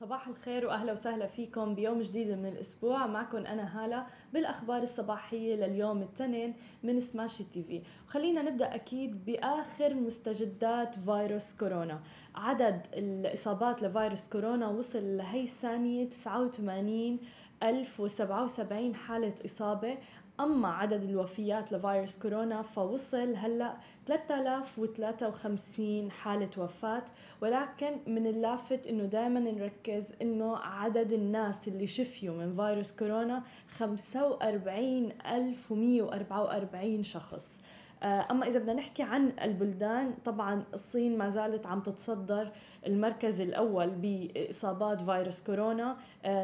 صباح الخير وأهلا وسهلا فيكم بيوم جديد من الأسبوع. معكم أنا هالة بالأخبار الصباحية لليوم الاثنين من سماشي تي في. وخلينا نبدأ أكيد بآخر مستجدات فيروس كورونا. عدد الإصابات لفيروس كورونا وصل لهي الثانية 89,077 حالة إصابة. أما عدد الوفيات لفيروس كورونا فوصل هلأ 3053 حالة وفاة. ولكن من اللافت انه دائما نركز انه عدد الناس اللي شفيوا من فيروس كورونا 45,144 شخص. أما إذا بدنا نحكي عن البلدان، طبعا الصين ما زالت عم تتصدر المركز الأول بإصابات فيروس كورونا.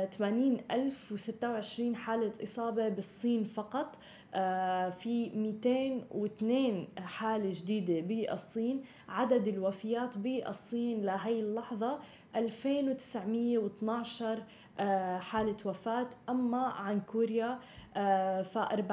80,026 حالة إصابة بالصين فقط. في 202 حالة جديدة بالصين. عدد الوفيات بالصين لهي اللحظة 2912 حالة وفاة. أما عن كوريا ف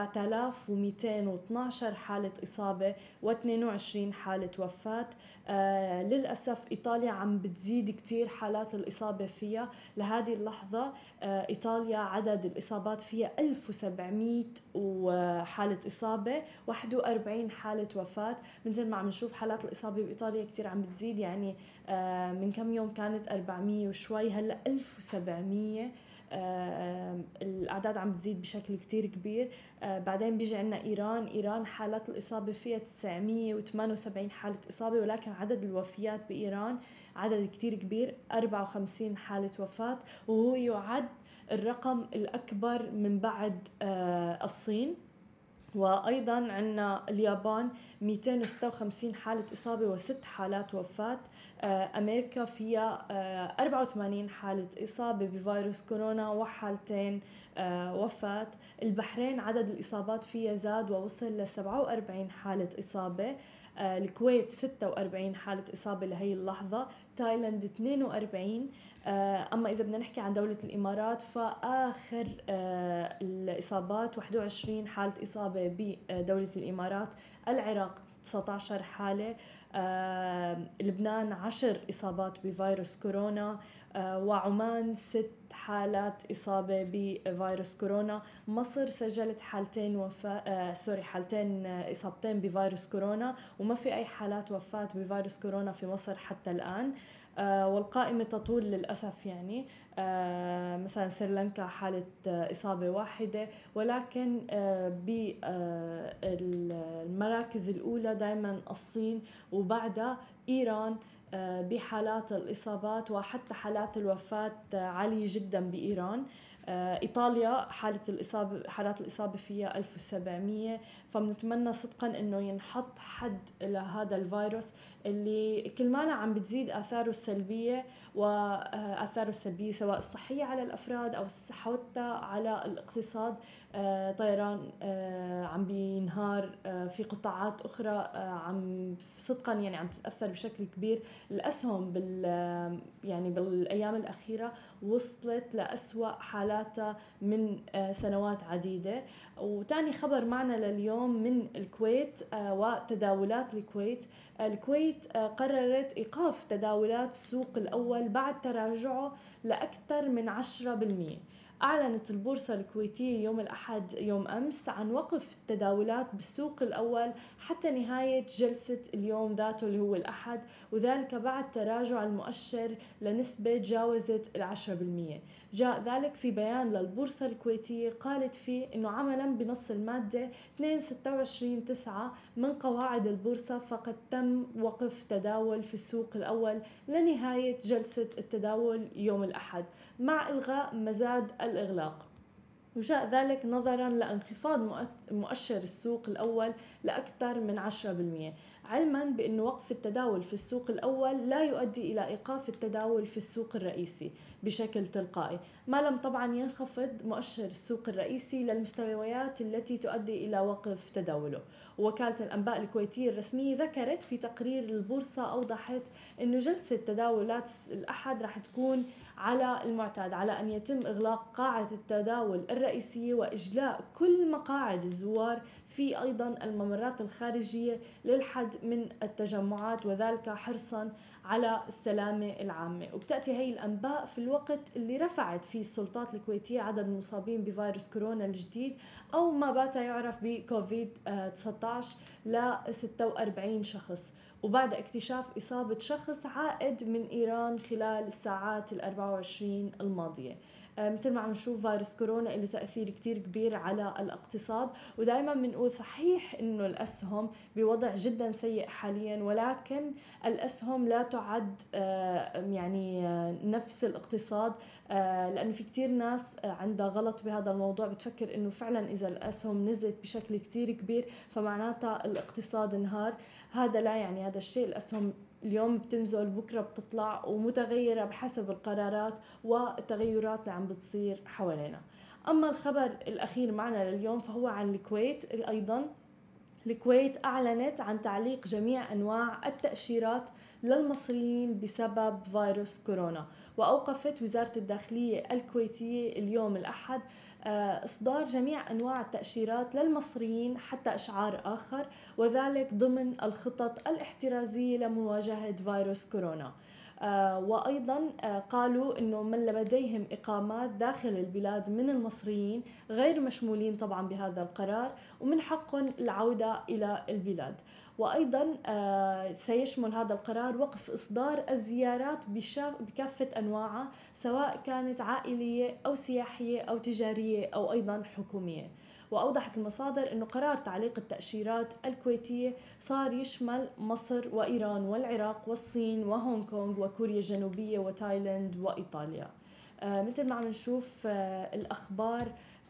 4212 حالة إصابة و22 حالة وفاة. للأسف إيطاليا عم بتزيد كتير حالات الإصابة فيها. لهذه اللحظة إيطاليا عدد الإصابات فيها 1700 وحالة إصابة 41 حالة وفاة. مثل ما عم نشوف حالات الإصابة بإيطاليا كتير عم بتزيد، يعني من كم يوم كانت 400 وشوي، هلأ 1700. الأعداد عم بتزيد بشكل كتير كبير. بعدين بيجي عنا إيران حالات الإصابة فيها 978 حالة إصابة، ولكن عدد الوفيات بإيران عدد كتير كبير، 54 حالة وفاة، وهو يعد الرقم الأكبر من بعد الصين. وأيضاً عنا اليابان 256 حالة إصابة و6 حالات وفاة. أمريكا فيها 84 حالة إصابة بفيروس كورونا وحالتين وفاة. البحرين عدد الإصابات فيها زاد ووصل ل 47 حالة إصابة. الكويت 46 حالة إصابة لهي اللحظة. تايلاند 42. أما إذا بدنا نحكي عن دولة الإمارات فآخر الإصابات 21 حالة إصابة بدولة الإمارات. العراق 19 حالة. لبنان 10 إصابات بفيروس كورونا. وعمان 6 حالات إصابة بفيروس كورونا. مصر سجلت حالتين حالتين إصابتين بفيروس كورونا، وما في أي حالات وفاة بفيروس كورونا في مصر حتى الآن. والقائمة تطول للأسف، يعني مثلا سريلانكا حالة إصابة واحدة، ولكن بالمراكز الأولى دائما الصين، وبعدها إيران بحالات الإصابات وحتى حالات الوفاة عالية جدا بإيران. إيطاليا حالات الإصابة فيها 1700. فبنتمنى صدقا إنه ينحط حد لهذا الفيروس اللي كل ما عم بتزيد آثاره السلبية، وآثاره السلبية سواء الصحية على الأفراد أو حتى على الاقتصاد. طيران عم بينهار، في قطاعات أخرى عم صدقا يعني عم تتأثر بشكل كبير. الأسهم يعني بالأيام الأخيرة وصلت لأسوأ حالاتها من سنوات عديدة. وتاني خبر معنا لليوم من الكويت وتداولات الكويت. الكويت قررت إيقاف تداولات السوق الأول بعد تراجعه لأكثر من 10%. أعلنت البورصة الكويتية يوم الأحد يوم أمس عن وقف التداولات بالسوق الأول حتى نهاية جلسة اليوم ذاته اللي هو الأحد، وذلك بعد تراجع المؤشر لنسبة جاوزت 10%. جاء ذلك في بيان للبورصة الكويتية قالت فيه أنه عملا بنص المادة 226/9 من قواعد البورصة فقد تم وقف تداول في السوق الأول لنهاية جلسة التداول يوم الأحد مع إلغاء مزاد الإغلاق. وجاء ذلك نظرا لانخفاض مؤشر السوق الأول لأكثر من 10%، علما بأن وقف التداول في السوق الأول لا يؤدي إلى إيقاف التداول في السوق الرئيسي بشكل تلقائي، ما لم طبعا ينخفض مؤشر السوق الرئيسي للمستويات التي تؤدي إلى وقف تداوله. وكالة الأنباء الكويتية الرسمية ذكرت في تقرير البورصة، أوضحت أنه جلسة تداولات الأحد رح تكون على المعتاد، على أن يتم إغلاق قاعدة التداول الرئيسية وإجلاء كل مقاعد الزوار، في أيضا الممرات الخارجية للحد من التجمعات، وذلك حرصا على السلامة العامة. وبتأتي هي الأنباء في الوقت اللي رفعت فيه السلطات الكويتية عدد المصابين بفيروس كورونا الجديد أو ما بات يعرف بكوفيد 19 ل 46 شخص، وبعد اكتشاف إصابة شخص عائد من إيران خلال الساعات 24 الماضية. مثل ما عم نشوف فيروس كورونا له تأثير كتير كبير على الاقتصاد، ودائما بنقول صحيح انه الأسهم بوضع جدا سيء حاليا، ولكن الأسهم لا تعد يعني نفس الاقتصاد، لأنه في كتير ناس عندها غلط بهذا الموضوع، بتفكر انه فعلا إذا الأسهم نزلت بشكل كتير كبير فمعناتها الاقتصاد انهار. هذا لا يعني هذا الشيء. الأسهم اليوم بتنزل بكرة بتطلع ومتغيرة بحسب القرارات والتغيرات اللي عم بتصير حوالينا. أما الخبر الأخير معنا لليوم فهو عن الكويت. أيضا الكويت أعلنت عن تعليق جميع أنواع التأشيرات للمصريين بسبب فيروس كورونا، وأوقفت وزارة الداخلية الكويتية اليوم الأحد إصدار جميع أنواع التأشيرات للمصريين حتى إشعار آخر، وذلك ضمن الخطط الاحترازية لمواجهة فيروس كورونا. وأيضا قالوا أنه من لديهم إقامات داخل البلاد من المصريين غير مشمولين طبعا بهذا القرار، ومن حقهم العودة إلى البلاد. وأيضا سيشمل هذا القرار وقف إصدار الزيارات بكافة أنواعها، سواء كانت عائلية أو سياحية أو تجارية أو أيضا حكومية. وأوضحت المصادر أنه قرار تعليق التأشيرات الكويتية صار يشمل مصر وإيران والعراق والصين وهونغ كونغ وكوريا الجنوبية وتايلاند وإيطاليا. مثل ما عم نشوف الأخبار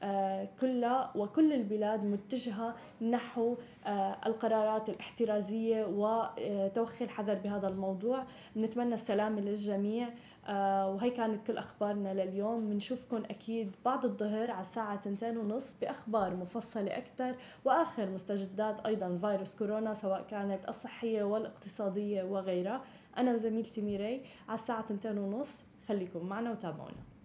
كلها وكل البلاد متجهة نحو القرارات الاحترازية وتوخي الحذر بهذا الموضوع. نتمنى السلامة للجميع. وهي كانت كل أخبارنا لليوم. بنشوفكم أكيد بعد الظهر على الساعة 2:30 بأخبار مفصلة أكثر وآخر مستجدات أيضا فيروس كورونا، سواء كانت الصحية والاقتصادية وغيرها. أنا وزميلتي ميري على الساعة 2:30. خليكم معنا وتابعونا.